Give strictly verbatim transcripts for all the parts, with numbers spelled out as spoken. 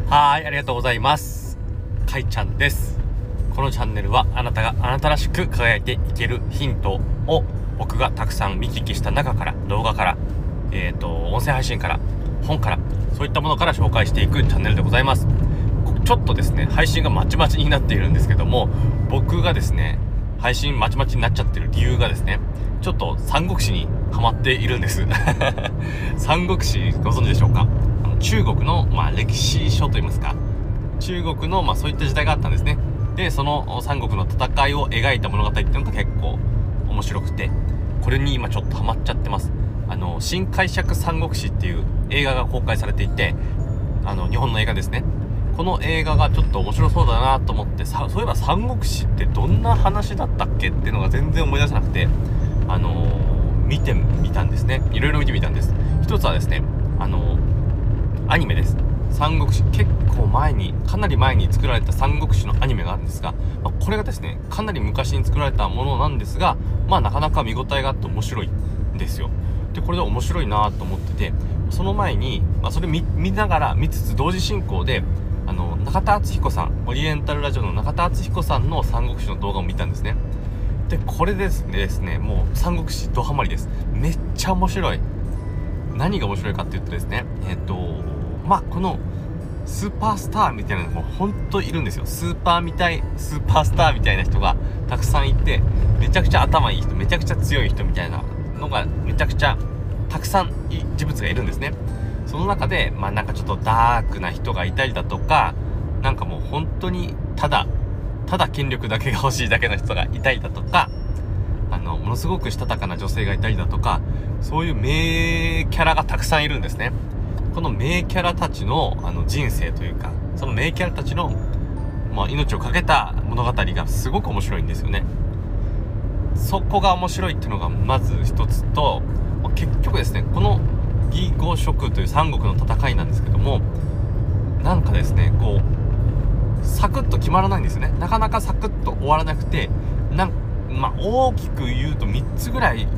はい、ありがとうございます。かいちゃんです。このチャンネルはあなたがあなたらしく輝いていけるヒントを僕がたくさん見聞きした中から動画から、えーと、音声配信から本からそういったものから紹介していくチャンネルでございます。ちょっとですね、配信がまちまちになっているんですけども、僕がですね、配信まちまちになっちゃってる理由がですね、ちょっと三国志にハマっているんです三国志ご存知でしょうか。あの中国の、まあ、歴史書といいますか、中国の、まあ、そういった時代があったんですね。でその三国の戦いを描いた物語っていうのが結構面白くて、これに今ちょっとハマっちゃってます。あの新解釈三国志っていう映画が公開されていて、あの日本の映画ですね。この映画がちょっと面白そうだなと思って、さそういえば三国志ってどんな話だったっけっていうのが全然思い出せなくて、あのー、見てみたんですね。いろいろ見てみたんです。一つはですね、あのー、アニメです。三国志、結構前にかなり前に作られた三国志のアニメがあるんですが、まあ、これがですねかなり昔に作られたものなんですが、まあなかなか見応えがあって面白いんですよ。でこれで面白いなと思ってて、その前に、まあ、それ 見, 見ながら見つつ同時進行であの中田敦彦さん、オリエンタルラジオの中田敦彦さんの三国志の動画を見たんですね。でこれですねですねもう三国志ドハマりです。めっちゃ面白い。何が面白いかって言うとですね、えっとまあこのスーパースターみたいなのも本当いるんですよ。スーパーみたいスーパースターみたいな人がたくさんいて、めちゃくちゃ頭いい人、めちゃくちゃ強い人みたいなのがめちゃくちゃたくさん人物がいるんですね。その中でまあなんかちょっとダークな人がいたりだとか、なんかもう本当にただただ権力だけが欲しいだけの人がいたりだとか、あのものすごくしたたかな女性がいたりだとか、そういう名キャラがたくさんいるんですね。この名キャラたちのあの人生というか、その名キャラたちの、まあ、命をかけた物語がすごく面白いんですよね。そこが面白いっていうのがまず一つと、結局ですね、この義呉蜀という三国の戦いなんですけども、なんかですねこうサクッと決まらないんですよね。なかなかサクッと終わらなくて、なんまあ大きく言うとみっつぐらい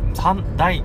3第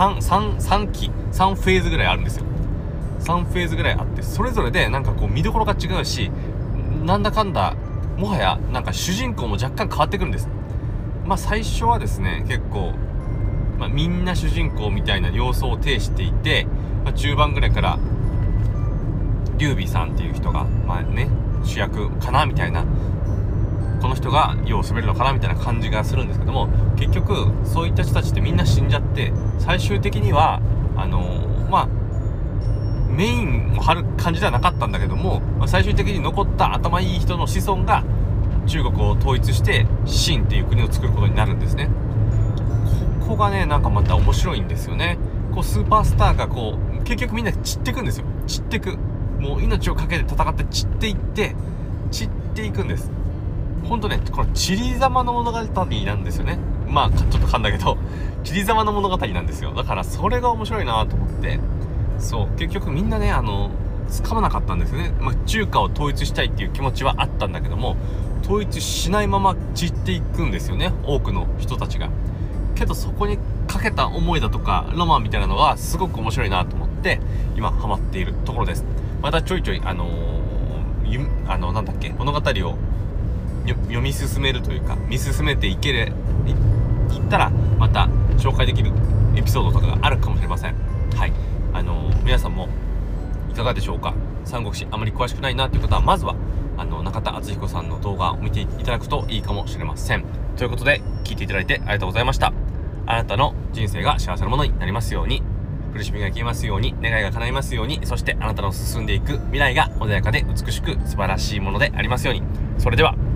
3、3、3期さんフェーズぐらいあるんですよ。さんフェーズぐらいあって、それぞれでなんかこう見どころが違うし、なんだかんだもはやなんか主人公も若干変わってくるんです。まあ最初はですね結構、まあ、みんな主人公みたいな様相を呈していて、まあ、中盤ぐらいから劉備さんっていう人がまあね主役かなみたいな、この人が世を滑るのかなみたいな感じがするんですけども、結局そういった人たちってみんな死んじゃって、最終的にはあのー、まあメインを張る感じではなかったんだけども、まあ、最終的に残った頭いい人の子孫が中国を統一して秦っていう国を作ることになるんですね。ここがねなんかまた面白いんですよね。こうスーパースターがこう結局みんな散ってくんですよ。散ってく、もう命をかけて戦って散っていって散っていくんです。ほんとね、この散り様の物語なんですよね。まあちょっと噛んだけど散り様の物語なんですよ。だからそれが面白いなと思って、そう結局みんなねあの掴まなかったんですよね。まあ、中華を統一したいっていう気持ちはあったんだけども、統一しないまま散っていくんですよね、多くの人たちが。けどそこにかけた思いだとかロマンみたいなのはすごく面白いなと思って今ハマっているところです。またちょいちょいあのー、あのなんだっけ物語を読み進めるというか見進めていけれいったらまた紹介できるエピソードとかがあるかもしれません。はい、あのー、皆さんもいかがでしょうか。三国志あまり詳しくないなという方はまずはあの中田敦彦さんの動画を見ていただくといいかもしれません。ということで聞いていただいてありがとうございました。あなたの人生が幸せなものになりますように、苦しみが消えますように、願いが叶いますように、そしてあなたの進んでいく未来が穏やかで美しく素晴らしいものでありますように。それでは。